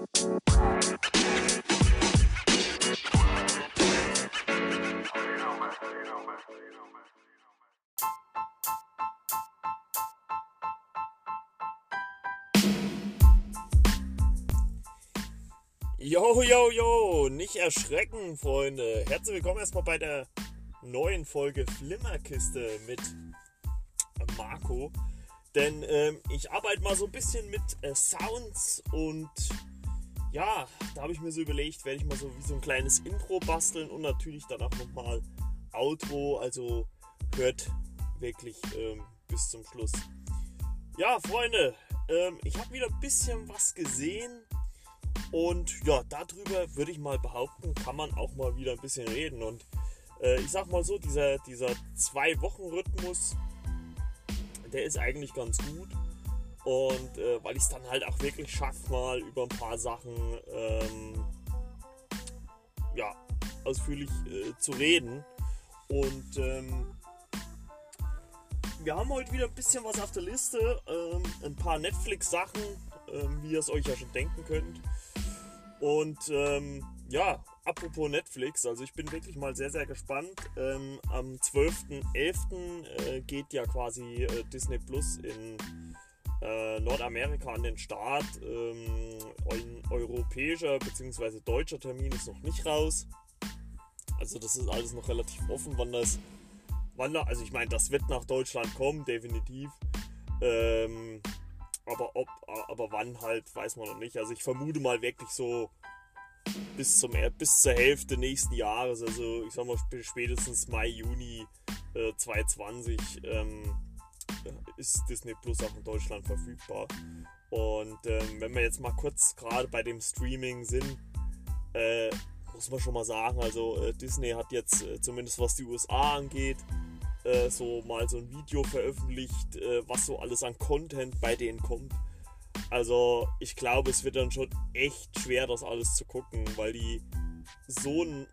Yo, yo, yo, nicht erschrecken, Freunde. Herzlich willkommen erstmal bei der neuen Folge Flimmerkiste mit Marco. Denn ich arbeite mal so ein bisschen mit Sounds und ja, da habe ich mir so überlegt, werde ich mal so wie so ein kleines Intro basteln und natürlich dann auch nochmal Outro, also hört wirklich bis zum Schluss. Ja, Freunde, ich habe wieder ein bisschen was gesehen. Und ja, darüber würde ich mal behaupten, kann man auch mal wieder ein bisschen reden. Und ich sag mal so, dieser 2-Wochen-Rhythmus, der ist eigentlich ganz gut. Und weil ich es dann halt auch wirklich schaffe, mal über ein paar Sachen ja, ausführlich zu reden. Und wir haben heute wieder ein bisschen was auf der Liste. Ein paar Netflix-Sachen, wie ihr es euch ja schon denken könnt. Und ja, apropos Netflix, also ich bin wirklich mal sehr, sehr gespannt. Am 12.11. Geht ja quasi Disney Plus in Nordamerika an den Start. Ein europäischer bzw. deutscher Termin ist noch nicht raus. Also das ist alles noch relativ offen, also ich meine, das wird nach Deutschland kommen, definitiv. Aber wann halt, weiß man noch nicht. Also ich vermute mal wirklich so bis zur Hälfte nächsten Jahres, also ich sag mal spätestens Mai, Juni 2020 ist Disney Plus auch in Deutschland verfügbar. Und wenn wir jetzt mal kurz gerade bei dem Streaming sind, muss man schon mal sagen, also Disney hat jetzt zumindest was die USA angeht, so mal so ein Video veröffentlicht, was so alles an Content bei denen kommt. Also ich glaube, es wird dann schon echt schwer, das alles zu gucken, weil die so einen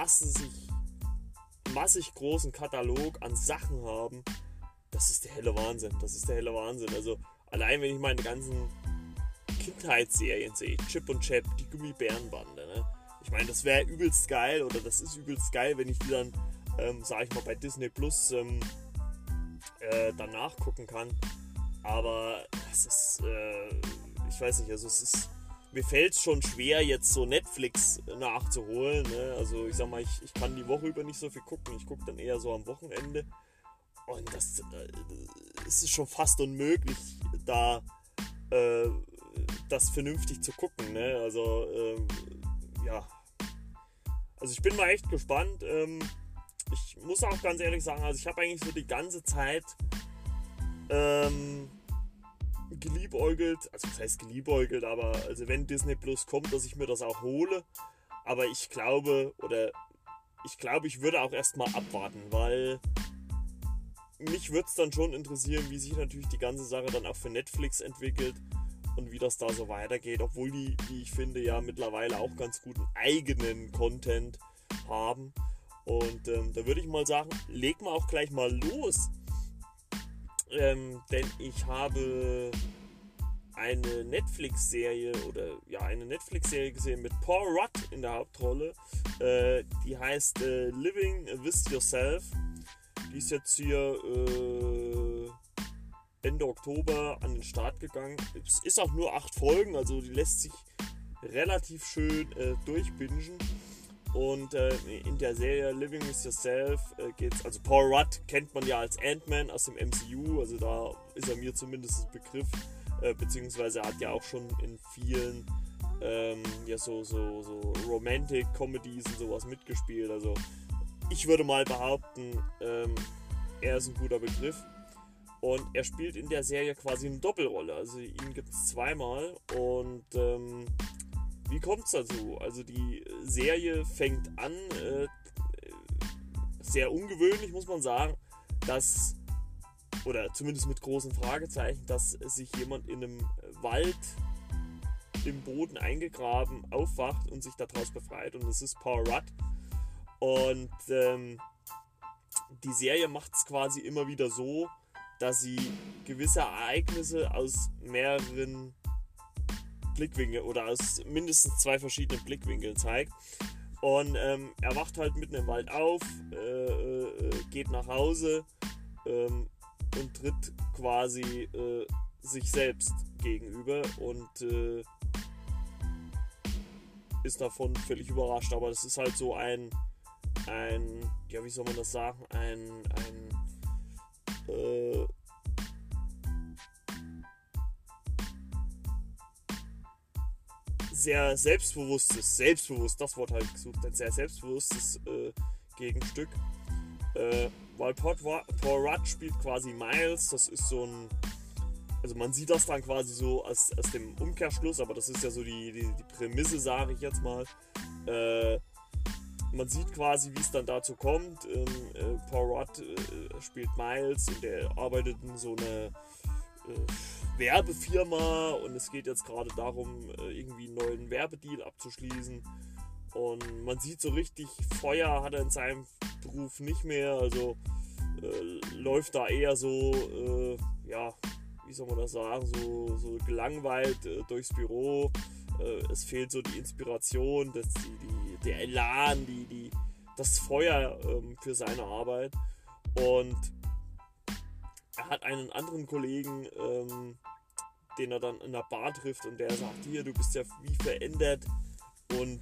massig großen Katalog an Sachen haben. Das ist der helle Wahnsinn. Also allein wenn ich meine ganzen Kindheitsserien sehe, Chip und Chap, die Gummibärenbande, ne? Ich meine, das wäre übelst geil, oder das ist übelst geil, wenn ich die dann sag ich mal, bei Disney Plus danach gucken kann. Aber es ist, ich weiß nicht, also mir fällt es schon schwer, jetzt so Netflix nachzuholen. Ne? Also ich sag mal, ich kann die Woche über nicht so viel gucken. Ich gucke dann eher so am Wochenende. Und das ist schon fast unmöglich, da das vernünftig zu gucken. Ne? Also, ja. Also ich bin mal echt gespannt. Ich muss auch ganz ehrlich sagen, also ich habe eigentlich so die ganze Zeit geliebäugelt, also das heißt geliebäugelt, aber also wenn Disney Plus kommt, dass ich mir das auch hole, aber ich glaube, ich würde auch erstmal abwarten, weil mich würde es dann schon interessieren, wie sich natürlich die ganze Sache dann auch für Netflix entwickelt und wie das da so weitergeht, obwohl die, wie ich finde, ja mittlerweile auch ganz guten eigenen Content haben. Und da würde ich mal sagen, leg mal auch gleich mal los. Denn ich habe eine Netflix-Serie gesehen mit Paul Rudd in der Hauptrolle. Die heißt Living with Yourself. Die ist jetzt hier Ende Oktober an den Start gegangen. Es ist auch nur 8 Folgen, also die lässt sich relativ schön durchbingen. Und in der Serie Living with Yourself geht's, also Paul Rudd kennt man ja als Ant-Man aus dem MCU, also da ist er mir zumindest ein Begriff, beziehungsweise er hat ja auch schon in vielen ja, so Romantic-Comedies und sowas mitgespielt, also ich würde mal behaupten, er ist ein guter Begriff. Und er spielt in der Serie quasi eine Doppelrolle, also ihn gibt es zweimal und wie kommt es dazu? Also die Serie fängt an, sehr ungewöhnlich muss man sagen, dass, oder zumindest mit großen Fragezeichen, dass sich jemand in einem Wald im Boden eingegraben aufwacht und sich daraus befreit, und es ist Paul Rudd. Und die Serie macht es quasi immer wieder so, dass sie gewisse Ereignisse aus mehreren Blickwinkel oder aus mindestens 2 verschiedenen Blickwinkeln zeigt. Und er wacht halt mitten im Wald auf, geht nach Hause und tritt quasi sich selbst gegenüber und ist davon völlig überrascht. Aber das ist halt so ein ja, wie soll man das sagen, sehr das Wort habe ich gesucht, ein sehr selbstbewusstes Gegenstück. Weil Paul Rudd spielt quasi Miles, das ist so ein, also man sieht das dann quasi so aus dem Umkehrschluss, aber das ist ja so die Prämisse, sage ich jetzt mal. Man sieht quasi, wie es dann dazu kommt. Paul Rudd spielt Miles und der arbeitet in so einer Werbefirma und es geht jetzt gerade darum, irgendwie einen neuen Werbedeal abzuschließen. Und man sieht so richtig, Feuer hat er in seinem Beruf nicht mehr, also läuft da eher so, ja, wie soll man das sagen, so gelangweilt durchs Büro. Es fehlt so die Inspiration, der Elan, das Feuer für seine Arbeit. Und er hat einen anderen Kollegen, den er dann in der Bar trifft und der sagt, hier, du bist ja wie verändert und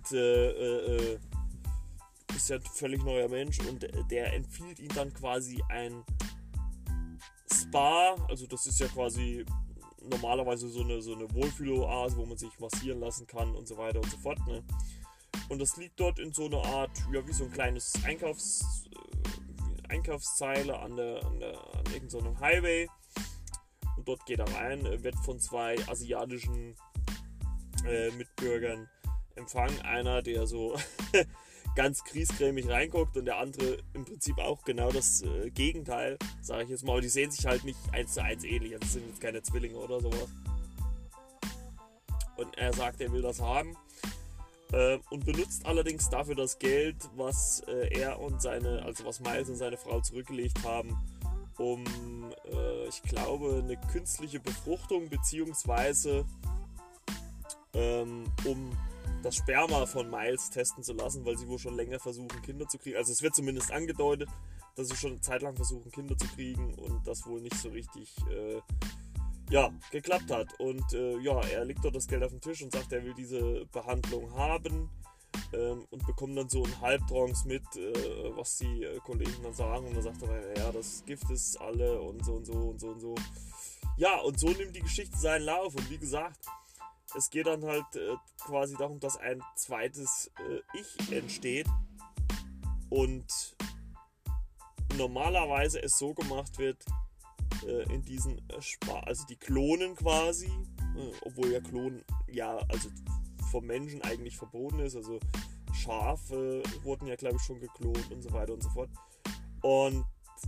bist ja ein völlig neuer Mensch, und der empfiehlt ihm dann quasi ein Spa, also das ist ja quasi normalerweise so eine Wohlfühloase, wo man sich massieren lassen kann und so weiter und so fort, ne? Und das liegt dort in so einer Art, ja, wie so ein kleines Einkaufszeile an irgendeinem Highway. Und dort geht er rein, wird von 2 asiatischen Mitbürgern empfangen. Einer, der so ganz griesgrämig reinguckt, und der andere im Prinzip auch genau das Gegenteil, sage ich jetzt mal. Aber die sehen sich halt nicht 1:1 ähnlich, also sind jetzt keine Zwillinge oder sowas. Und er sagt, er will das haben. Und benutzt allerdings dafür das Geld, was was Miles und seine Frau zurückgelegt haben, um, ich glaube, eine künstliche Befruchtung beziehungsweise um das Sperma von Miles testen zu lassen, weil sie wohl schon länger versuchen, Kinder zu kriegen. Also es wird zumindest angedeutet, dass sie schon eine Zeit lang versuchen, Kinder zu kriegen, und das wohl nicht so richtig geklappt hat. Und er legt dort das Geld auf den Tisch und sagt, er will diese Behandlung haben, und bekommt dann so einen Halbtrance mit, was die Kollegen dann sagen. Und dann sagt er, ja, das Gift ist alle und so und so und so und so. Ja, und so nimmt die Geschichte seinen Lauf. Und wie gesagt, es geht dann halt quasi darum, dass ein zweites Ich entsteht und normalerweise es so gemacht wird, in diesen also die klonen quasi, obwohl ja Klonen also vom Menschen eigentlich verboten ist, also Schafe wurden ja, glaube ich, schon geklont und so weiter und so fort. Und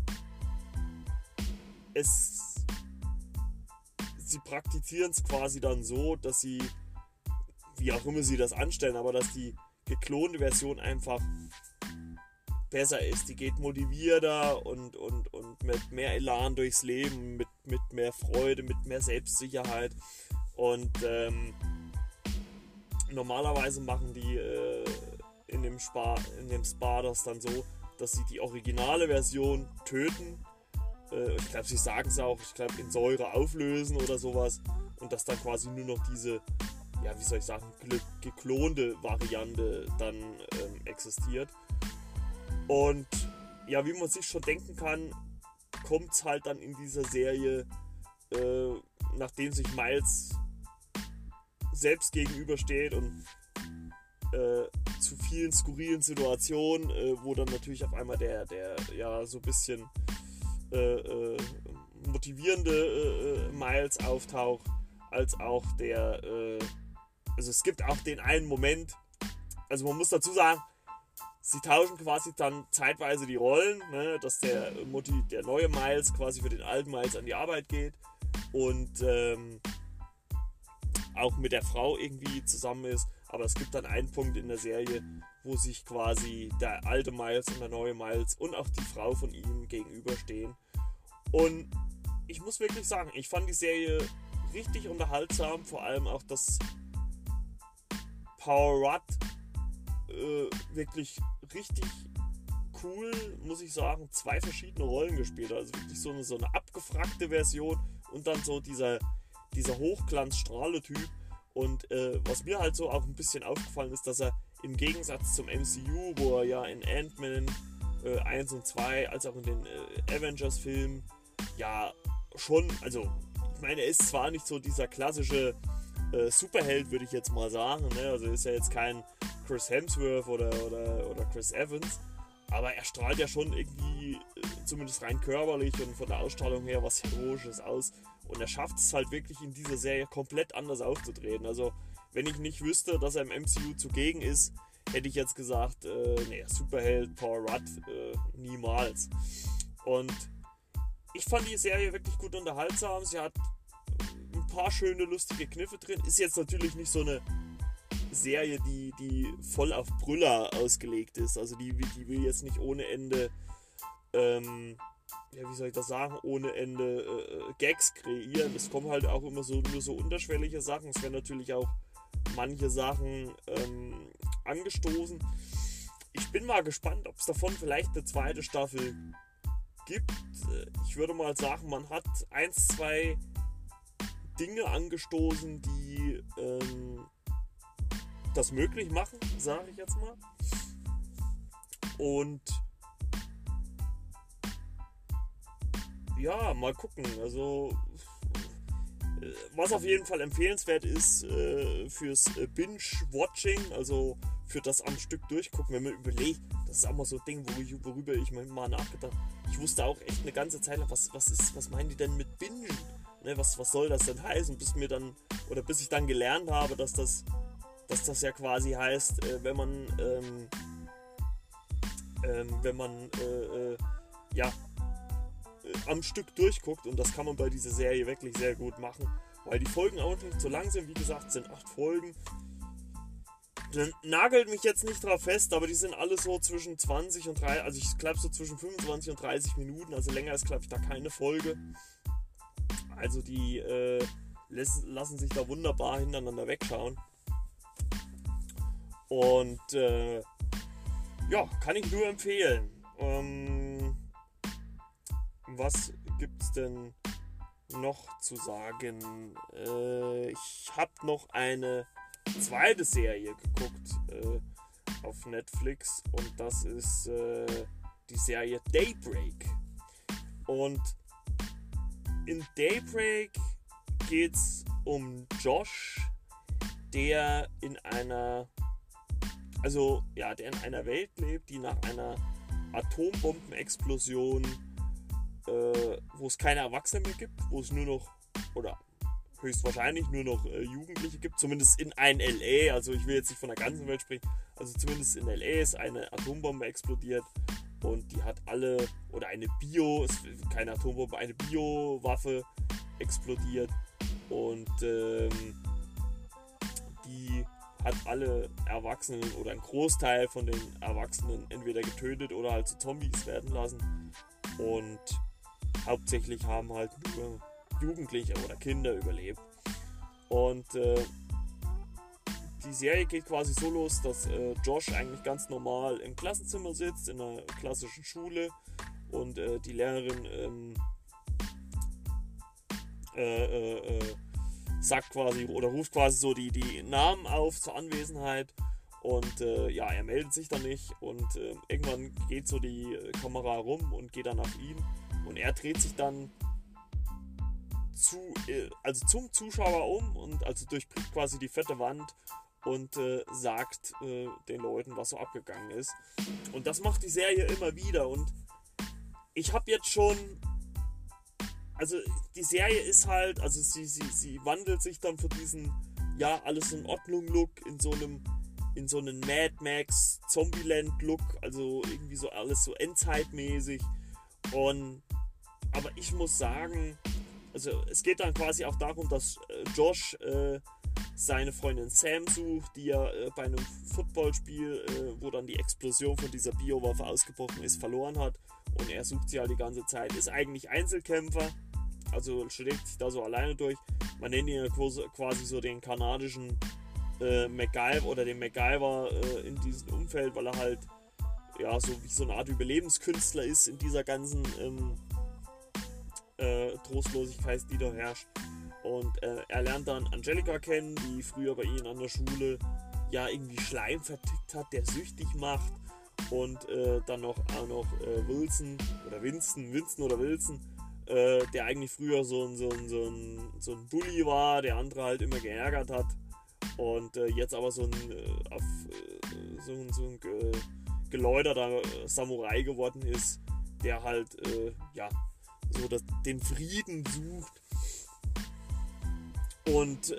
sie praktizieren es quasi dann so, dass sie, wie auch immer sie das anstellen, aber dass die geklonte Version einfach besser ist. Die geht motivierter und mit mehr Elan durchs Leben, mit mehr Freude, mit mehr Selbstsicherheit. Und normalerweise machen die in dem Spa das dann so, dass sie die originale Version töten. Ich glaube, sie sagen es auch, in Säure auflösen oder sowas. Und dass dann quasi nur noch diese, ja, wie soll ich sagen, geklonte Variante dann existiert. Und ja, wie man sich schon denken kann, kommt es halt dann in dieser Serie, nachdem sich Miles selbst gegenübersteht und zu vielen skurrilen Situationen, wo dann natürlich auf einmal der ja so ein bisschen motivierende Miles auftaucht, als auch also es gibt auch den einen Moment, also man muss dazu sagen, sie tauschen quasi dann zeitweise die Rollen, ne, dass der neue Miles quasi für den alten Miles an die Arbeit geht und auch mit der Frau irgendwie zusammen ist. Aber es gibt dann einen Punkt in der Serie, wo sich quasi der alte Miles und der neue Miles und auch die Frau von ihm gegenüberstehen. Und ich muss wirklich sagen, ich fand die Serie richtig unterhaltsam, vor allem auch das Paul Rudd wirklich richtig cool, muss ich sagen, 2 verschiedene Rollen gespielt. Also wirklich so eine abgefragte Version und dann so dieser Hochglanzstrahle-Typ. Und was mir halt so auch ein bisschen aufgefallen ist, dass er im Gegensatz zum MCU, wo er ja in Ant-Man 1 und 2, als auch in den Avengers-Filmen, ja schon, also ich meine, er ist zwar nicht so dieser klassische Superheld, würde ich jetzt mal sagen, ne? Also ist ja jetzt kein Chris Hemsworth oder Chris Evans, aber er strahlt ja schon irgendwie, zumindest rein körperlich und von der Ausstrahlung her, was Heroisches aus. Und er schafft es halt wirklich in dieser Serie komplett anders aufzutreten. Also, wenn ich nicht wüsste, dass er im MCU zugegen ist, hätte ich jetzt gesagt, nee, Superheld Paul Rudd, niemals. Und ich fand die Serie wirklich gut unterhaltsam. Sie hat ein paar schöne, lustige Kniffe drin. Ist jetzt natürlich nicht so eine Serie, die voll auf Brüller ausgelegt ist. Also die will jetzt nicht ohne Ende, ja, wie soll ich das sagen, ohne Ende Gags kreieren. Es kommen halt auch immer nur so unterschwellige Sachen. Es werden natürlich auch manche Sachen angestoßen. Ich bin mal gespannt, ob es davon vielleicht eine zweite Staffel gibt. Ich würde mal sagen, man hat 1, 2 Dinge angestoßen, die das möglich machen, sage ich jetzt mal. Und ja, mal gucken. Also was auf jeden Fall empfehlenswert ist fürs Binge-Watching, also für das am Stück durchgucken, wenn man überlegt, das ist auch mal so ein Ding, worüber ich mal nachgedacht habe. Ich wusste auch echt eine ganze Zeit lang, was meinen die denn mit Bingen? Ne, was soll das denn heißen? Bis ich dann gelernt habe, dass das ja quasi heißt, wenn man am Stück durchguckt, und das kann man bei dieser Serie wirklich sehr gut machen, weil die Folgen auch nicht so lang sind, wie gesagt, sind 8 Folgen. Dann nagelt mich jetzt nicht drauf fest, aber die sind alle so zwischen 20 und 30, also ich glaube so zwischen 25 und 30 Minuten, also länger ist glaube ich da keine Folge. Also die lassen sich da wunderbar hintereinander wegschauen. Und ja, kann ich nur empfehlen. Was gibt's denn noch zu sagen? Ich habe noch eine zweite Serie geguckt auf Netflix, und das ist die Serie Daybreak. Und in Daybreak geht's um Josh, der in einer Welt lebt, die nach einer Atombombenexplosion, wo es keine Erwachsenen mehr gibt, wo es nur noch, oder höchstwahrscheinlich nur noch Jugendliche gibt, zumindest in ein LA, also ich will jetzt nicht von der ganzen Welt sprechen, also zumindest in LA ist eine Atombombe explodiert, und die hat eine Biowaffe explodiert, und die hat alle Erwachsenen oder einen Großteil von den Erwachsenen entweder getötet oder halt zu Zombies werden lassen, und hauptsächlich haben halt nur Jugendliche oder Kinder überlebt. Und die Serie geht quasi so los, dass Josh eigentlich ganz normal im Klassenzimmer sitzt, in einer klassischen Schule, und die Lehrerin sagt quasi oder ruft quasi so die Namen auf zur Anwesenheit, und er meldet sich dann nicht, und irgendwann geht so die Kamera rum und geht dann auf ihn, und er dreht sich dann zum Zuschauer um und also durchbricht quasi die vierte Wand und sagt den Leuten, was so abgegangen ist. Und das macht die Serie immer wieder, und ich habe jetzt schon, also die Serie ist halt, also sie wandelt sich dann von diesem alles in Ordnung Look in so einen Mad Max Zombieland Look, also irgendwie so alles so endzeitmäßig, aber ich muss sagen, also es geht dann quasi auch darum, dass Josh seine Freundin Sam sucht, die ja bei einem Footballspiel, wo dann die Explosion von dieser Biowaffe ausgebrochen ist, verloren hat, und er sucht sie halt die ganze Zeit. Ist eigentlich Einzelkämpfer, also schlägt sich da so alleine durch. Man nennt ihn ja quasi so den kanadischen MacGyver oder dem MacGyver in diesem Umfeld, weil er halt ja so wie so eine Art Überlebenskünstler ist in dieser ganzen Trostlosigkeit, die da herrscht. Und er lernt dann Angelica kennen, die früher bei ihnen an der Schule ja irgendwie Schleim vertickt hat, der süchtig macht. Und dann auch noch Winston, der eigentlich früher so ein Bully war, der andere halt immer geärgert hat. Und jetzt aber so ein geläuterter Samurai geworden ist, der halt so den Frieden sucht. Und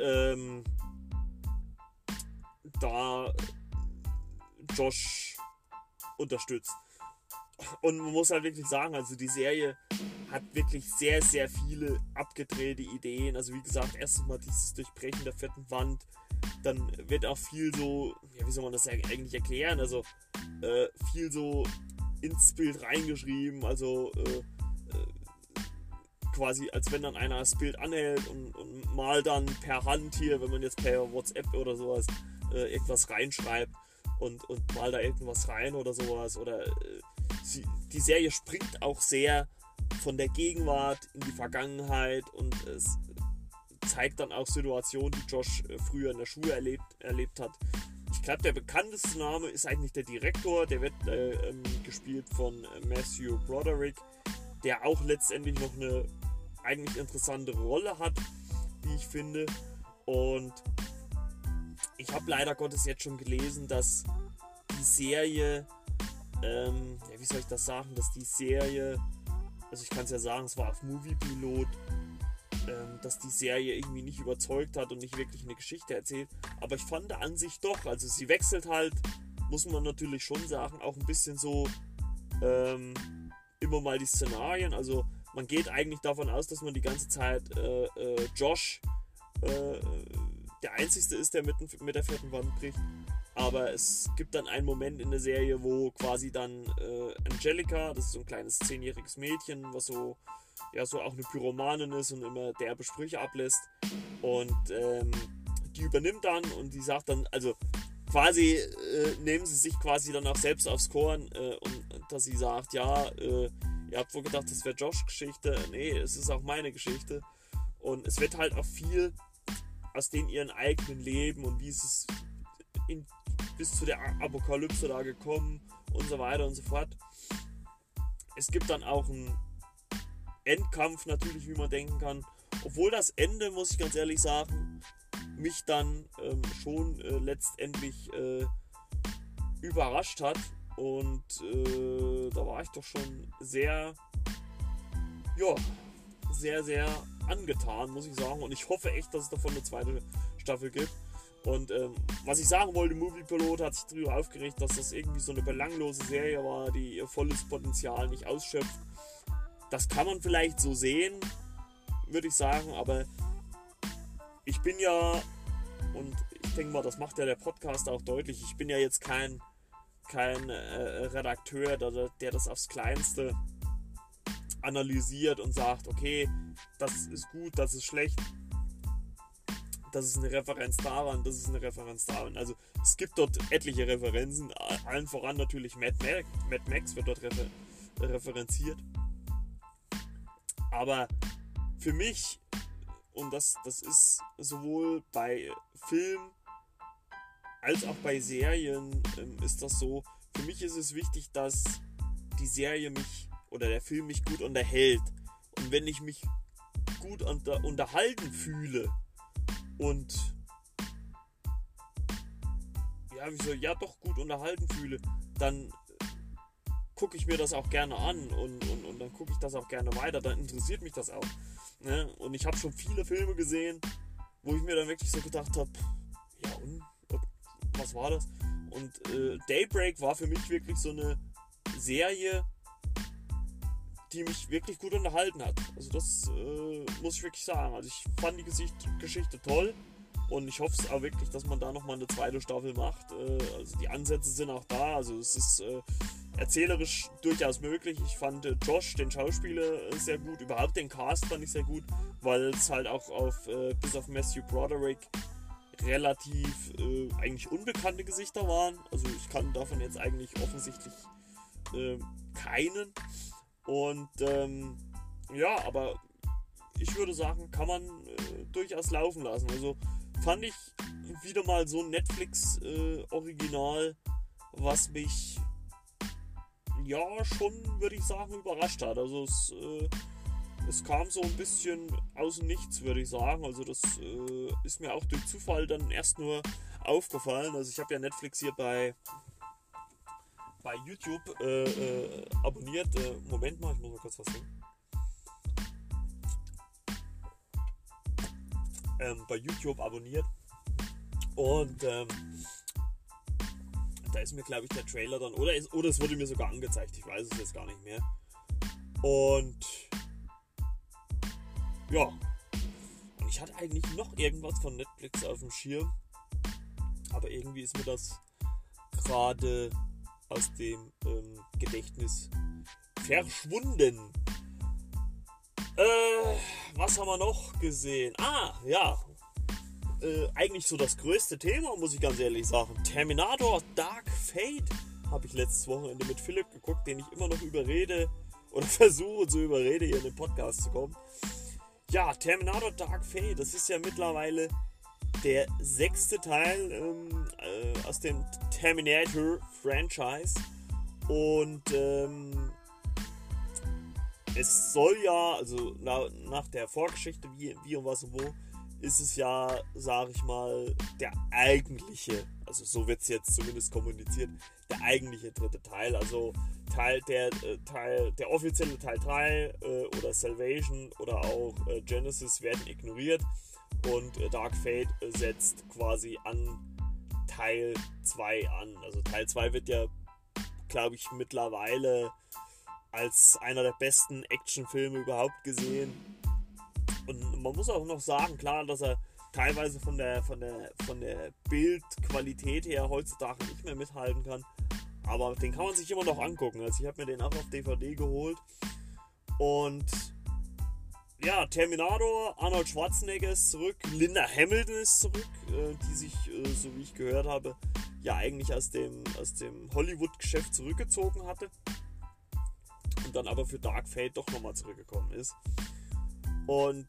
da Josh unterstützt. Und man muss halt wirklich sagen, also die Serie hat wirklich sehr, sehr viele abgedrehte Ideen. Also wie gesagt, erstens mal dieses Durchbrechen der vierten Wand. Dann wird auch viel so, ja, wie soll man das eigentlich erklären? Also viel so ins Bild reingeschrieben. Also quasi als wenn dann einer das Bild anhält und mal dann per Hand hier, wenn man jetzt per WhatsApp oder sowas irgendwas reinschreibt und mal da irgendwas rein oder sowas. Oder die Serie springt auch sehr von der Gegenwart in die Vergangenheit und es zeigt dann auch Situationen, die Josh früher in der Schule erlebt hat. Ich glaube, der bekannteste Name ist eigentlich der Direktor, der wird gespielt von Matthew Broderick, der auch letztendlich noch eine eigentlich interessante Rolle hat, wie ich finde. Und ich habe leider Gottes jetzt schon gelesen, dass die Serie, wie soll ich das sagen, dass die Serie, also ich kann es ja sagen, es war auf Moviepilot, dass die Serie irgendwie nicht überzeugt hat und nicht wirklich eine Geschichte erzählt. Aber ich fand an sich doch, also sie wechselt halt, muss man natürlich schon sagen, auch ein bisschen so immer mal die Szenarien. Also man geht eigentlich davon aus, dass man die ganze Zeit Josh der Einzige ist, der mit der vierten Wand bricht. Aber es gibt dann einen Moment in der Serie, wo quasi dann Angelica, das ist so ein kleines 10-jähriges Mädchen, was so auch eine Pyromanin ist und immer derbe Sprüche ablässt. Und die übernimmt dann und die sagt dann, also quasi nehmen sie sich quasi dann auch selbst aufs Korn und dass sie sagt, ja, ihr habt wohl gedacht, das wäre Joshs Geschichte. Nee, es ist auch meine Geschichte. Und es wird halt auch viel aus ihren eigenen Leben und wie ist es bis zu der Apokalypse da gekommen und so weiter und so fort. Es gibt dann auch einen Endkampf natürlich, wie man denken kann. Obwohl das Ende, muss ich ganz ehrlich sagen, mich dann schon letztendlich überrascht hat. Und da war ich doch schon sehr, sehr angetan, muss ich sagen. Und ich hoffe echt, dass es davon eine zweite Staffel gibt. Und was ich sagen wollte, Moviepilot hat sich darüber aufgeregt, dass das irgendwie so eine belanglose Serie war, die ihr volles Potenzial nicht ausschöpft. Das kann man vielleicht so sehen, würde ich sagen, aber ich bin ja, und ich denke mal, das macht ja der Podcast auch deutlich, ich bin ja jetzt kein Redakteur, der das aufs Kleinste analysiert und sagt, okay, das ist gut, das ist schlecht, das ist eine Referenz daran, das ist eine Referenz daran. Also es gibt dort etliche Referenzen, allen voran natürlich Mad Max wird dort referenziert. Aber für mich, und das ist sowohl bei Film als auch bei Serien ist das so, für mich ist es wichtig, dass die Serie mich oder der Film mich gut unterhält. Und wenn ich mich gut unterhalten fühle und doch gut unterhalten fühle, dann gucke ich mir das auch gerne an und dann gucke ich das auch gerne weiter, dann interessiert mich das auch. Ne? Und ich habe schon viele Filme gesehen, wo ich mir dann wirklich so gedacht habe, ja und was war das? Und Daybreak war für mich wirklich so eine Serie, die mich wirklich gut unterhalten hat. Also das muss ich wirklich sagen. Also ich fand die Geschichte toll und ich hoffe es auch wirklich, dass man da nochmal eine zweite Staffel macht. Also die Ansätze sind auch da. Also es ist erzählerisch durchaus möglich. Ich fand Josh, den Schauspieler, sehr gut. Überhaupt den Cast fand ich sehr gut, weil es halt auch bis auf Matthew Broderick relativ eigentlich unbekannte Gesichter waren. Also ich kann davon jetzt eigentlich offensichtlich keinen. Und ja, aber ich würde sagen, kann man durchaus laufen lassen. Also fand ich wieder mal so ein Netflix-Original, was mich ja schon, würde ich sagen, überrascht hat. Also es kam so ein bisschen aus dem Nichts, würde ich sagen. Also das ist mir auch durch Zufall dann erst nur aufgefallen. Also ich habe ja Netflix hier bei YouTube abonniert. Moment mal, ich muss mal kurz was trinken. Bei YouTube abonniert. Und da ist mir, glaube ich, der Trailer dann, oder es wurde mir sogar angezeigt, ich weiß es jetzt gar nicht mehr. Und ja, und ich hatte eigentlich noch irgendwas von Netflix auf dem Schirm, aber irgendwie ist mir das gerade aus dem Gedächtnis verschwunden. Was haben wir noch gesehen? Ja, eigentlich so das größte Thema, muss ich ganz ehrlich sagen. Terminator Dark Fate habe ich letztes Wochenende mit Philipp geguckt, den ich immer noch überrede oder versuche zu überreden, hier in den Podcast zu kommen. Ja, Terminator Dark Fate, das ist ja mittlerweile der 6. Teil aus dem Terminator-Franchise. Und es soll ja, also nach der Vorgeschichte, wie und was und wo, ist es ja, sage ich mal, der eigentliche, also so wird es jetzt zumindest kommuniziert, der eigentliche 3. Teil, also der offizielle Teil 3 oder Salvation oder auch Genesis werden ignoriert und Dark Fate setzt quasi an Teil 2 an. Also Teil 2 wird ja, glaube ich, mittlerweile als einer der besten Actionfilme überhaupt gesehen. Und man muss auch noch sagen, klar, dass er teilweise von der Bildqualität her heutzutage nicht mehr mithalten kann. Aber den kann man sich immer noch angucken. Also ich habe mir den auch auf DVD geholt. Und ja, Terminator, Arnold Schwarzenegger ist zurück, Linda Hamilton ist zurück, die sich, so wie ich gehört habe, ja eigentlich aus dem Hollywood-Geschäft zurückgezogen hatte. Und dann aber für Dark Fate doch nochmal zurückgekommen ist. Und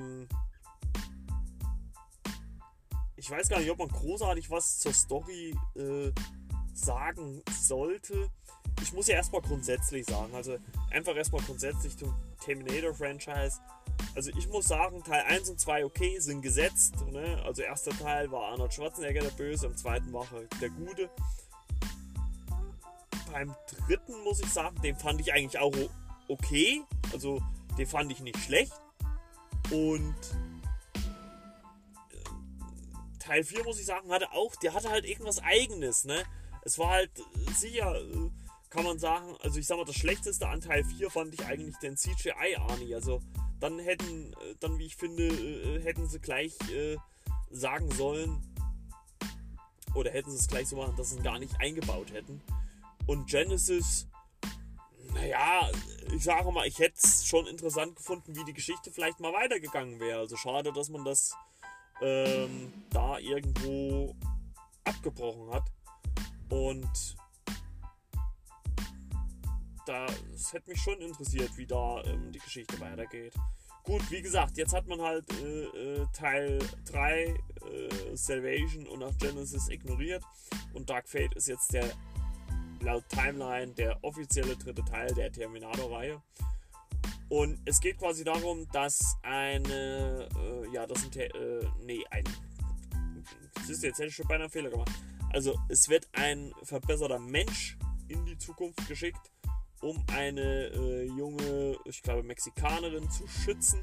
ich weiß gar nicht, ob man großartig was zur Story sagen sollte. Ich muss ja erstmal grundsätzlich sagen, also einfach erstmal grundsätzlich zum Terminator-Franchise. Also ich muss sagen, Teil 1 und 2 okay, sind gesetzt. Ne? Also erster Teil war Arnold Schwarzenegger der Böse, im zweiten war der Gute. Beim 3. muss ich sagen, den fand ich eigentlich auch okay. Also den fand ich nicht schlecht. Und Teil 4, muss ich sagen, der hatte halt irgendwas Eigenes, ne? Es war halt sicher, kann man sagen, also ich sag mal, das Schlechteste an Teil 4 fand ich eigentlich den CGI-Arnie. Also dann wie ich finde, hätten sie gleich sagen sollen, oder hätten sie es gleich so machen, dass sie ihn gar nicht eingebaut hätten. Und Genesis, naja, ich sage mal, ich hätte es schon interessant gefunden, wie die Geschichte vielleicht mal weitergegangen wäre. Also schade, dass man das da irgendwo abgebrochen hat. Und das hätte mich schon interessiert, wie da die Geschichte weitergeht. Gut, wie gesagt, jetzt hat man halt Teil 3, Salvation und auch Genesis ignoriert. Und Dark Fate ist jetzt laut Timeline der offizielle 3. Teil der Terminator-Reihe. Und es geht quasi darum, dass jetzt hätte ich schon beinahe einen Fehler gemacht. Also es wird ein verbesserter Mensch in die Zukunft geschickt, um eine junge, ich glaube Mexikanerin zu schützen.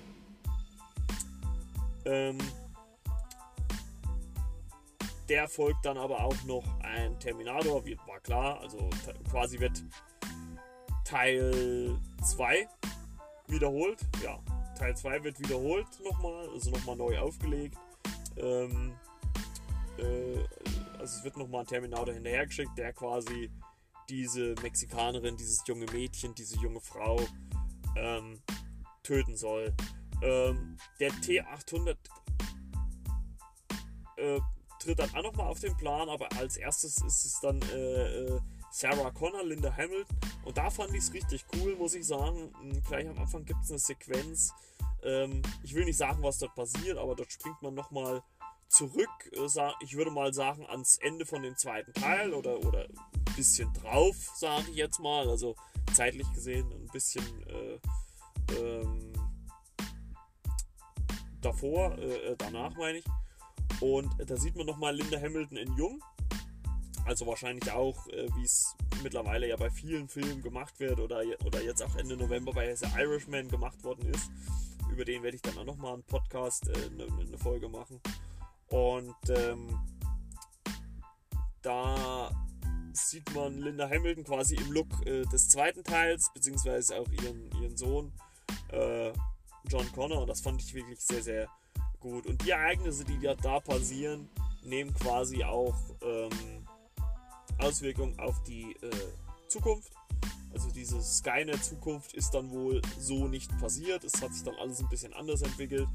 Der folgt dann aber auch noch ein Terminator, war klar, also quasi wird Teil 2 wiederholt. Ja, Teil 2 wird wiederholt nochmal, also nochmal neu aufgelegt. Also es wird nochmal ein Terminator hinterhergeschickt, der quasi diese Mexikanerin, dieses junge Mädchen, diese junge Frau töten soll. Der T-800 tritt dann auch nochmal auf den Plan, aber als erstes ist es dann Sarah Connor, Linda Hamilton, und da fand ich es richtig cool, muss ich sagen. Gleich am Anfang gibt es eine Sequenz, ich will nicht sagen, was dort passiert, aber dort springt man nochmal zurück, ich würde mal sagen, ans Ende von dem zweiten Teil oder ein bisschen drauf, sage ich jetzt mal, also zeitlich gesehen ein bisschen danach meine ich. Und da sieht man nochmal Linda Hamilton in Jung. Also wahrscheinlich auch, wie es mittlerweile ja bei vielen Filmen gemacht wird oder jetzt auch Ende November bei The Irishman gemacht worden ist. Über den werde ich dann auch nochmal einen Podcast, eine Folge machen. Und da sieht man Linda Hamilton quasi im Look des zweiten Teils, beziehungsweise auch ihren Sohn John Connor. Und das fand ich wirklich sehr, sehr gut. Und die Ereignisse, die da passieren, nehmen quasi auch Auswirkungen auf die Zukunft. Also diese Skynet-Zukunft ist dann wohl so nicht passiert. Es hat sich dann alles ein bisschen anders entwickelt.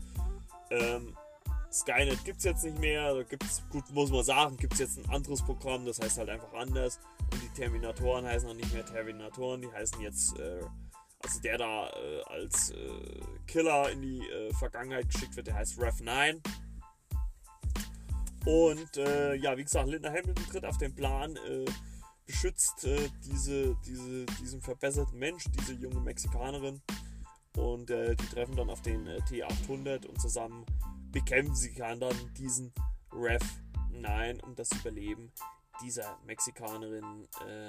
Skynet gibt es jetzt nicht mehr. Da gibt's, gut, muss man sagen, gibt es jetzt ein anderes Programm, das heißt halt einfach anders. Und die Terminatoren heißen auch nicht mehr Terminatoren, die heißen jetzt, also der da als Killer in die Vergangenheit geschickt wird, der heißt Rev 9. Und ja, wie gesagt, Linda Hamilton tritt auf den Plan, beschützt diesen verbesserten Mensch, diese junge Mexikanerin. Und die treffen dann auf den T-800 und zusammen bekämpfen sie dann diesen Rev 9, um das Überleben dieser Mexikanerin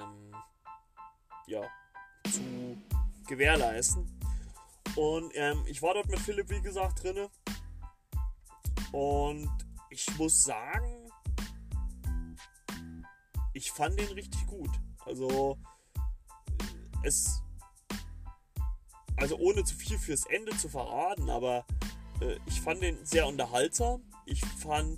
zu gewährleisten. Und ich war dort mit Philipp, wie gesagt, drinne. Und ich muss sagen, ich fand den richtig gut. Also ohne zu viel fürs Ende zu verraten, aber ich fand den sehr unterhaltsam. Ich fand,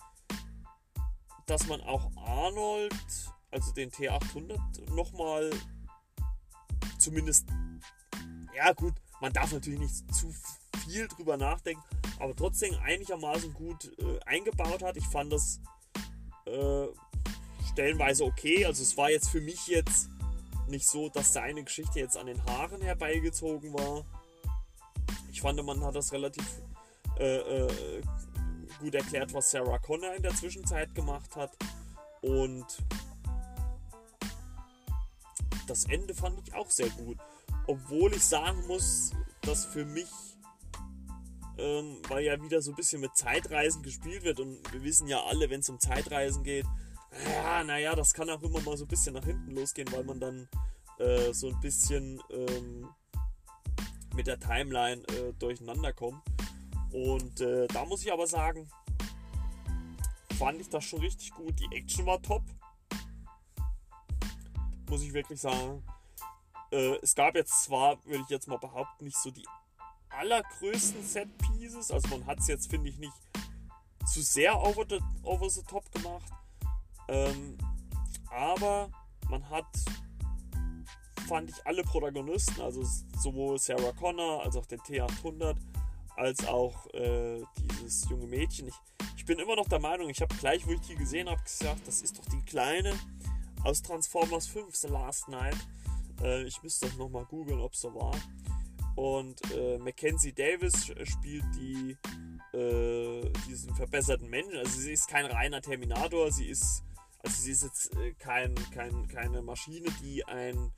dass man auch Arnold, also den T-800, nochmal zumindest, ja gut, man darf natürlich nicht zu viel drüber nachdenken, aber trotzdem einigermaßen gut eingebaut hat. Ich fand das stellenweise okay. Also es war jetzt für mich jetzt nicht so, dass seine Geschichte jetzt an den Haaren herbeigezogen war. Ich fand, man hat das relativ gut erklärt, was Sarah Connor in der Zwischenzeit gemacht hat. Und das Ende fand ich auch sehr gut. Obwohl ich sagen muss, dass für mich, weil ja wieder so ein bisschen mit Zeitreisen gespielt wird, und wir wissen ja alle, wenn es um Zeitreisen geht, naja, das kann auch immer mal so ein bisschen nach hinten losgehen, weil man dann so ein bisschen mit der Timeline durcheinander kommt. Und da muss ich aber sagen, fand ich das schon richtig gut. Die Action war top, muss ich wirklich sagen. Es gab jetzt zwar, würde ich jetzt mal behaupten, nicht so die allergrößten Set-Pieces. Also man hat es jetzt, finde ich, nicht zu sehr over the top gemacht. Aber man hat, fand ich, alle Protagonisten, also sowohl Sarah Connor als auch den T-800, als auch dieses junge Mädchen. Ich bin immer noch der Meinung, ich habe gleich, wo ich die gesehen habe, gesagt, das ist doch die Kleine aus Transformers 5, The Last Night. Ich müsste das nochmal googeln, ob es so war. Und Mackenzie Davis spielt diesen verbesserten Menschen. Also sie ist kein reiner Terminator, sie ist jetzt keine Maschine, die einen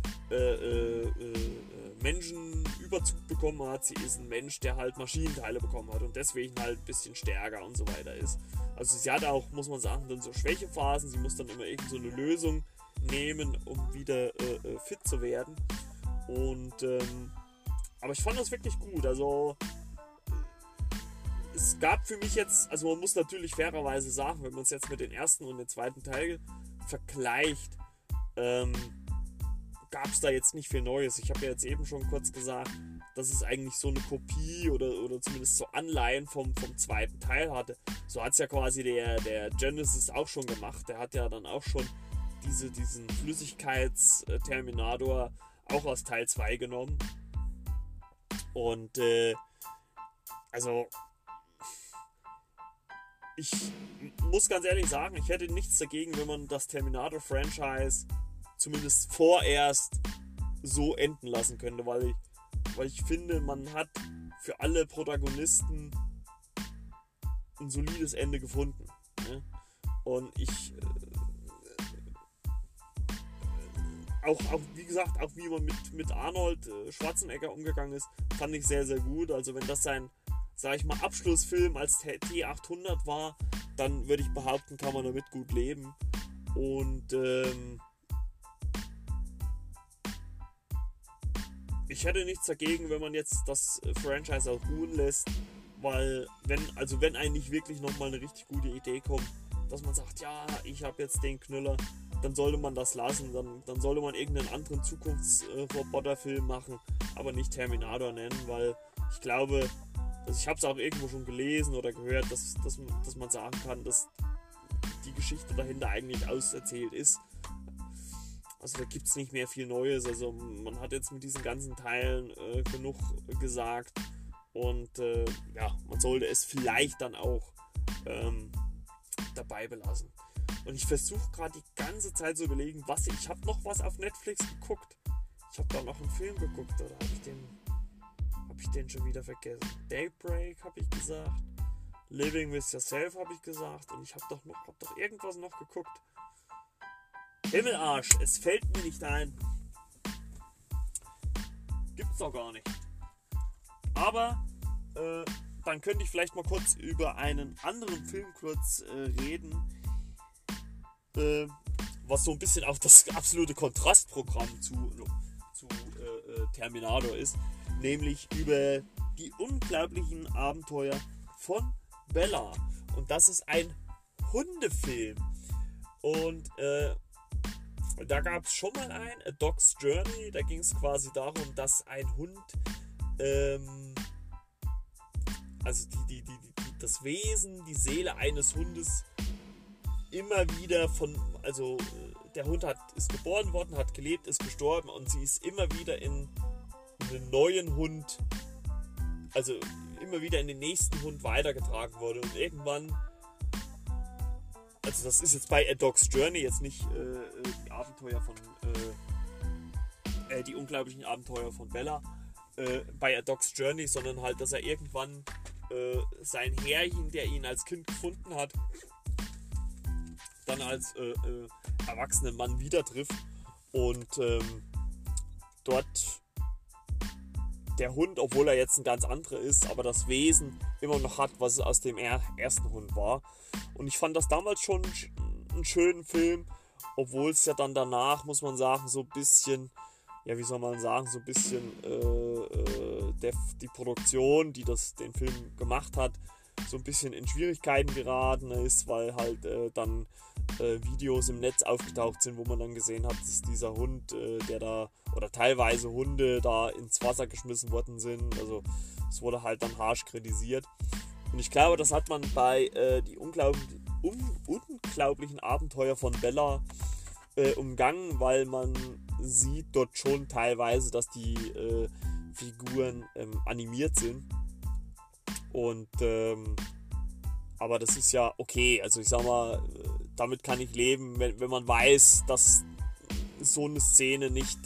Menschenüberzug bekommen hat. Sie ist ein Mensch, der halt Maschinenteile bekommen hat und deswegen halt ein bisschen stärker und so weiter ist. Also sie hat auch, muss man sagen, dann so Schwächephasen. Sie muss dann immer irgend so eine Lösung nehmen, um wieder fit zu werden. Und aber ich fand das wirklich gut. Also es gab für mich jetzt, also man muss natürlich fairerweise sagen, wenn man es jetzt mit den ersten und den zweiten Teil vergleicht, gab es da jetzt nicht viel Neues. Ich habe ja jetzt eben schon kurz gesagt, dass es eigentlich so eine Kopie oder zumindest so Anleihen vom zweiten Teil hatte. So hat es ja quasi der Genesis auch schon gemacht. Der hat ja dann auch schon diesen Flüssigkeitsterminator auch aus Teil 2 genommen. Und also ich muss ganz ehrlich sagen, ich hätte nichts dagegen, wenn man das Terminator-Franchise zumindest vorerst so enden lassen könnte, weil ich finde, man hat für alle Protagonisten ein solides Ende gefunden. Ne? Und auch wie gesagt, auch wie man mit Arnold Schwarzenegger umgegangen ist, fand ich sehr, sehr gut. Also wenn das sein, sag ich mal, Abschlussfilm als T-800 war, dann würde ich behaupten, kann man damit gut leben. Und ich hätte nichts dagegen, wenn man jetzt das Franchise auch ruhen lässt, weil wenn eigentlich wirklich nochmal eine richtig gute Idee kommt, dass man sagt, ja, ich habe jetzt den Knüller, dann sollte man das lassen, dann sollte man irgendeinen anderen Zukunftsroboterfilm machen, aber nicht Terminator nennen, weil ich glaube, also ich habe es auch irgendwo schon gelesen oder gehört, dass man sagen kann, dass die Geschichte dahinter eigentlich auserzählt ist. Also da gibt es nicht mehr viel Neues, also man hat jetzt mit diesen ganzen Teilen genug gesagt und man sollte es vielleicht dann auch dabei belassen. Und ich versuche gerade die ganze Zeit zu überlegen, ich habe noch was auf Netflix geguckt. Ich habe da noch einen Film geguckt, oder habe ich den schon wieder vergessen? Daybreak habe ich gesagt, Living with Yourself habe ich gesagt und ich habe doch irgendwas noch geguckt. Himmelarsch, es fällt mir nicht ein. Gibt's doch gar nicht. Aber dann könnte ich vielleicht mal kurz über einen anderen Film reden, was so ein bisschen auch das absolute Kontrastprogramm zu Terminator ist, nämlich über die unglaublichen Abenteuer von Bella. Und das ist ein Hundefilm. Und da gab es schon mal A Dog's Journey, da ging es quasi darum, dass ein Hund, also das Wesen, die Seele eines Hundes immer wieder der Hund ist geboren worden, hat gelebt, ist gestorben und sie ist immer wieder in einen neuen Hund, also immer wieder in den nächsten Hund weitergetragen worden und irgendwann, also das ist jetzt bei A Dog's Journey jetzt nicht die Abenteuer von die unglaublichen Abenteuer von Bella bei A Dog's Journey, sondern halt, dass er irgendwann sein Herrchen, der ihn als Kind gefunden hat, dann als erwachsenen Mann wieder trifft und dort der Hund, obwohl er jetzt ein ganz anderer ist, aber das Wesen immer noch hat, was es aus dem ersten Hund war. Und ich fand das damals schon einen schönen Film, obwohl es ja dann danach, muss man sagen, so ein bisschen, ja, wie soll man sagen, so ein bisschen die Produktion, die den Film gemacht hat, so ein bisschen in Schwierigkeiten geraten ist, weil halt dann Videos im Netz aufgetaucht sind, wo man dann gesehen hat, dass dieser Hund, oder teilweise Hunde da ins Wasser geschmissen worden sind. Also es wurde halt dann harsch kritisiert. Und ich glaube, das hat man bei die unglaublichen Abenteuer von Bella umgangen, weil man sieht dort schon teilweise, dass die Figuren animiert sind. Und aber das ist ja okay. Also ich sag mal, damit kann ich leben, wenn man weiß, dass so eine Szene nicht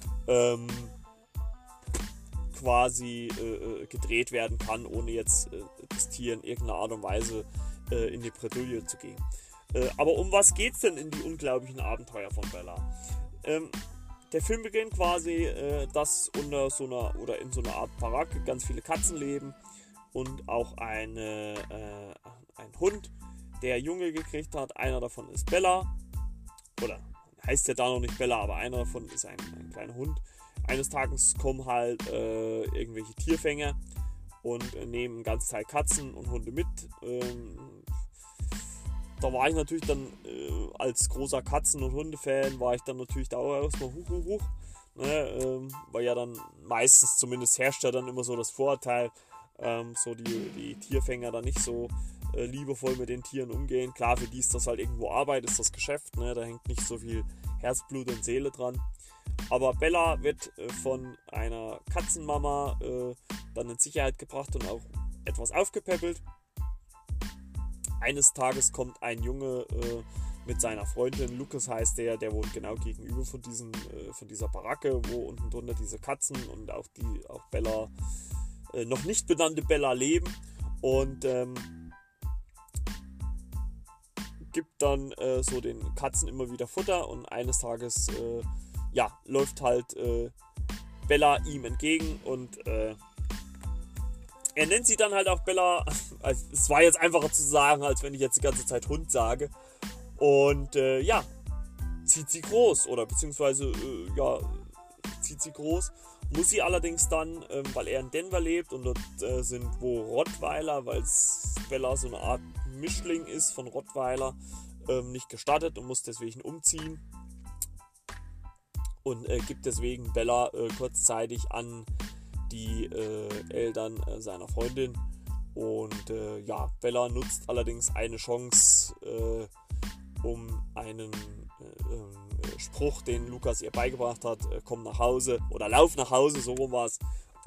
quasi gedreht werden kann, ohne jetzt das Tier in irgendeiner Art und Weise in die Bredouille zu gehen. Aber um was geht's denn in die unglaublichen Abenteuer von Bella? Der Film beginnt quasi, dass in so einer Art Baracke ganz viele Katzen leben und auch ein Hund, der Junge gekriegt hat. Einer davon ist Bella, oder heißt ja da noch nicht Bella, aber einer davon ist ein kleiner Hund. Eines Tages kommen halt irgendwelche Tierfänger und nehmen einen ganzen Teil Katzen und Hunde mit. Da war ich natürlich dann als großer Katzen- und Hundefan, war ich dann natürlich da auch erstmal huch. Ne, weil ja dann meistens zumindest herrscht ja dann immer so das Vorurteil, so die Tierfänger da nicht so liebevoll mit den Tieren umgehen. Klar, für die ist das halt irgendwo Arbeit, ist das Geschäft, ne? Da hängt nicht so viel Herzblut und Seele dran. Aber Bella wird von einer Katzenmama dann in Sicherheit gebracht und auch etwas aufgepäppelt. eines Tages kommt ein Junge mit seiner Freundin, Lucas heißt der wohnt genau gegenüber von dieser Baracke, wo unten drunter diese Katzen und auch Bella, noch nicht benannte Bella leben, und gibt dann so den Katzen immer wieder Futter, und eines Tages läuft halt Bella ihm entgegen, und er nennt sie dann halt auch Bella. Also, es war jetzt einfacher zu sagen, als wenn ich jetzt die ganze Zeit Hund sage. Und zieht sie groß, oder beziehungsweise zieht sie groß. Muss sie allerdings dann, weil er in Denver lebt und dort sind wo Rottweiler, weil Bella so eine Art Mischling ist von Rottweiler, nicht gestattet und muss deswegen umziehen. Und gibt deswegen Bella kurzzeitig an die Eltern seiner Freundin. Und Bella nutzt allerdings eine Chance, um einen Spruch, den Lucas ihr beigebracht hat, komm nach Hause oder lauf nach Hause, so rum war es,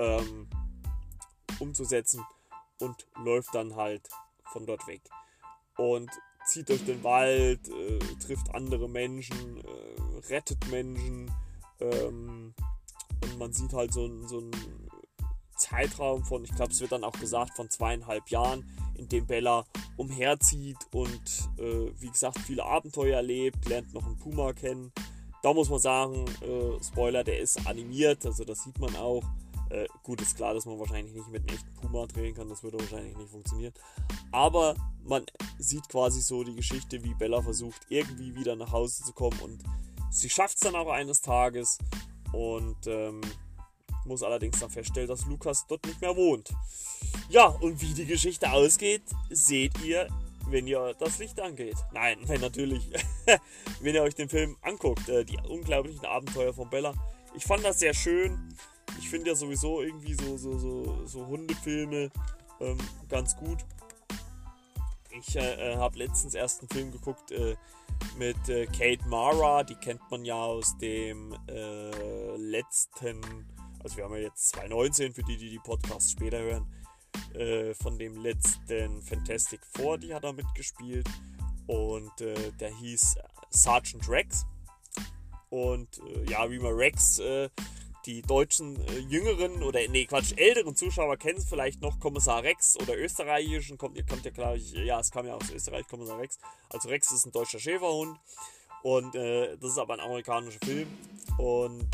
umzusetzen, und läuft dann halt von dort weg. Und zieht durch den Wald, trifft andere Menschen, rettet Menschen, und man sieht halt so einen Zeitraum von, ich glaube, es wird dann auch gesagt, von 2,5 Jahren, in dem Bella umherzieht und wie gesagt viele Abenteuer erlebt, lernt noch einen Puma kennen. Da muss man sagen, Spoiler, der ist animiert, also das sieht man auch. Gut, ist klar, dass man wahrscheinlich nicht mit einem echten Puma drehen kann, das würde wahrscheinlich nicht funktionieren. Aber man sieht quasi so die Geschichte, wie Bella versucht, irgendwie wieder nach Hause zu kommen, und sie schafft es dann auch eines Tages, und muss allerdings dann feststellen, dass Lucas dort nicht mehr wohnt. Ja, und wie die Geschichte ausgeht, seht ihr, wenn ihr das Licht angeht. Nein, natürlich, wenn ihr euch den Film anguckt, die unglaublichen Abenteuer von Bella. Ich fand das sehr schön. Ich finde ja sowieso irgendwie so Hundefilme ganz gut. Ich habe letztens erst einen Film geguckt mit Kate Mara. Die kennt man ja aus dem letzten, also wir haben ja jetzt 2019, für die Podcasts später hören, von dem letzten Fantastic Four, die hat er mitgespielt, und der hieß Sergeant Rex, und wie man Rex, die deutschen jüngeren oder älteren Zuschauer kennen es vielleicht noch, Kommissar Rex, oder österreichischen, kommt ja glaube ich, es kam ja aus Österreich, Kommissar Rex. Also Rex ist ein deutscher Schäferhund, und das ist aber ein amerikanischer Film, und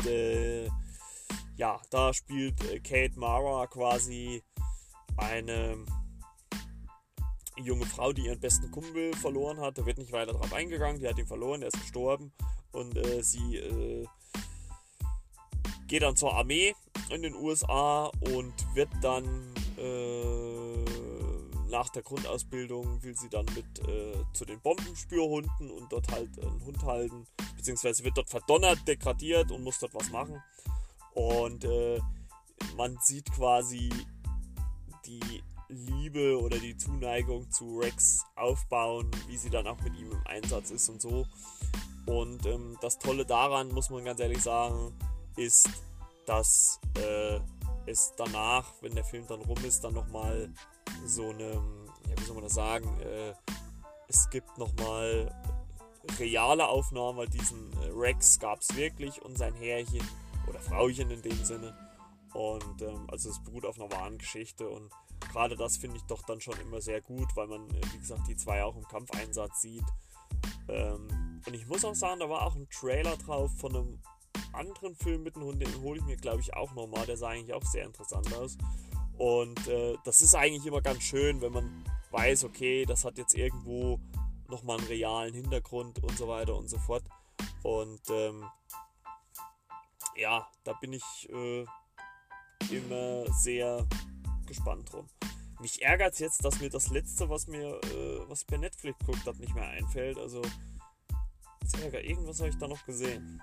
da spielt Kate Mara quasi eine junge Frau, die ihren besten Kumpel verloren hat. Da wird nicht weiter drauf eingegangen, die hat ihn verloren, der ist gestorben, und sie geht dann zur Armee in den USA und wird dann nach der Grundausbildung, will sie dann mit zu den Bombenspürhunden und dort halt einen Hund halten, beziehungsweise wird dort verdonnert, degradiert und muss dort was machen. Und man sieht quasi die Liebe oder die Zuneigung zu Rex aufbauen, wie sie dann auch mit ihm im Einsatz ist und so. Und das Tolle daran, muss man ganz ehrlich sagen, ist, dass es danach, wenn der Film dann rum ist, dann nochmal so eine, wie soll man das sagen, es gibt nochmal reale Aufnahmen, weil diesen Rex gab es wirklich, und sein Herrchen oder Frauchen in dem Sinne, und also es beruht auf einer wahren Geschichte, und gerade das finde ich doch dann schon immer sehr gut, weil man, wie gesagt, die zwei auch im Kampfeinsatz sieht. Und ich muss auch sagen, da war auch ein Trailer drauf von einem anderen Film mit einem Hund, den hole ich mir, glaube ich, auch nochmal. Der sah eigentlich auch sehr interessant aus. Und das ist eigentlich immer ganz schön, wenn man weiß, okay, das hat jetzt irgendwo nochmal einen realen Hintergrund und so weiter und so fort. Und da bin ich immer sehr gespannt drum. Mich ärgert es jetzt, dass mir das letzte, was ich bei Netflix geguckt habe, nicht mehr einfällt. Also, irgendwas habe ich da noch gesehen.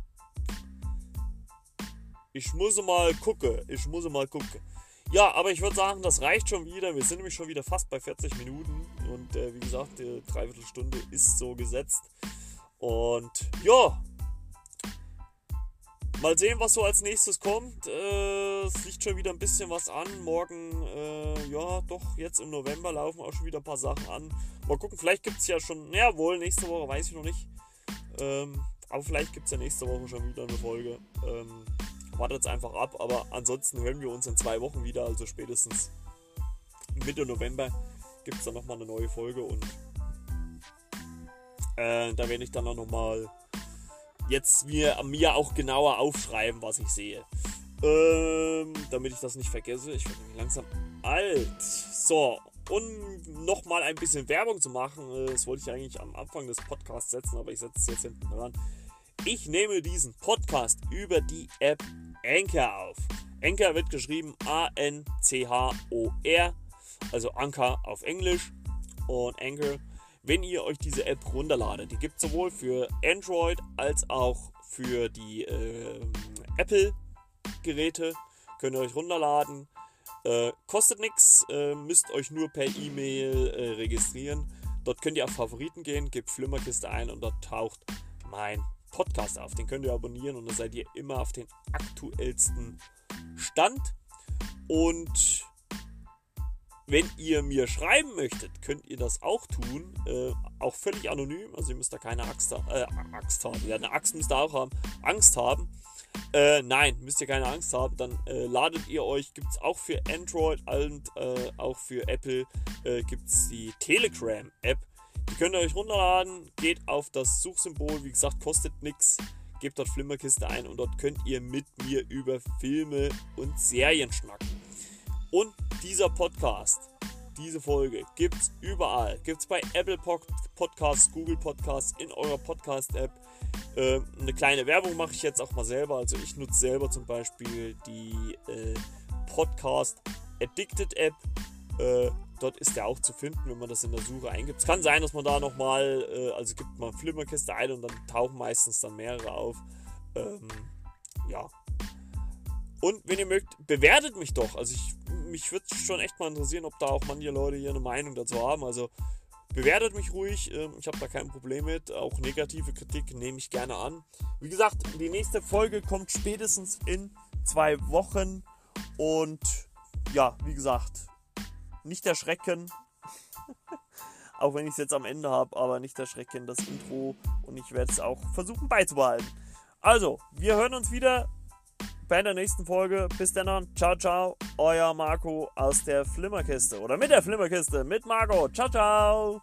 Ich muss mal gucken. Ja, aber ich würde sagen, das reicht schon wieder. Wir sind nämlich schon wieder fast bei 40 Minuten. Und wie gesagt, die Dreiviertelstunde ist so gesetzt. Und ja, Mal sehen, was so als nächstes kommt. Es liegt schon wieder ein bisschen was an. Morgen, ja, doch, jetzt im November laufen auch schon wieder ein paar Sachen an. Mal gucken, vielleicht gibt es ja schon, jawohl, nächste Woche weiß ich noch nicht. Aber vielleicht gibt es ja nächste Woche schon wieder eine Folge. Wartet es einfach ab, aber ansonsten hören wir uns in 2 Wochen wieder, also spätestens Mitte November gibt es dann nochmal eine neue Folge und da werde ich dann auch nochmal jetzt mir auch genauer aufschreiben, was ich sehe. Damit ich das nicht vergesse. Ich werde nämlich langsam alt. So, und nochmal ein bisschen Werbung zu machen. Das wollte ich eigentlich am Anfang des Podcasts setzen, aber ich setze es jetzt hinten dran. Ich nehme diesen Podcast über die App Anchor auf. Anchor wird geschrieben A-N-C-H-O-R, also Anchor auf Englisch und Anchor. Wenn ihr euch diese App runterladet, die gibt es sowohl für Android als auch für die Apple-Geräte, könnt ihr euch runterladen. Kostet nichts, müsst euch nur per E-Mail registrieren. Dort könnt ihr auf Favoriten gehen, gebt Flimmerkiste ein und dort taucht mein Podcast auf. Den könnt ihr abonnieren und dann seid ihr immer auf den aktuellsten Stand. Und wenn ihr mir schreiben möchtet, könnt ihr das auch tun, auch völlig anonym, also ihr müsst da keine Angst haben, ja, eine Axt müsst ihr auch haben, Angst haben, nein, müsst ihr keine Angst haben, dann ladet ihr euch, gibt es auch für Android und auch für Apple, gibt es die Telegram-App, die könnt ihr euch runterladen, geht auf das Suchsymbol, wie gesagt, kostet nichts, gebt dort Flimmerkiste ein und dort könnt ihr mit mir über Filme und Serien schnacken. Und dieser Podcast, diese Folge, gibt es überall. Gibt es bei Apple Podcasts, Google Podcasts, in eurer Podcast-App. Eine kleine Werbung mache ich jetzt auch mal selber. Also ich nutze selber zum Beispiel die Podcast Addicted App. Dort ist der auch zu finden, wenn man das in der Suche eingibt. Es kann sein, dass man da nochmal, also gibt man Flimmerkiste ein und dann tauchen meistens dann mehrere auf. Ja. Und wenn ihr mögt, bewertet mich doch. Also mich würde schon echt mal interessieren, ob da auch manche Leute hier eine Meinung dazu haben. Also bewertet mich ruhig. Ich habe da kein Problem mit. Auch negative Kritik nehme ich gerne an. Wie gesagt, die nächste Folge kommt spätestens in 2 Wochen. Und ja, wie gesagt, nicht erschrecken. Auch wenn ich es jetzt am Ende habe, aber nicht erschrecken, das Intro. Und ich werde es auch versuchen beizubehalten. Also, wir hören uns wieder bei der nächsten Folge. Bis dann. Ciao, ciao. Euer Marco aus der Flimmerkiste. Oder mit der Flimmerkiste. Mit Marco. Ciao, ciao.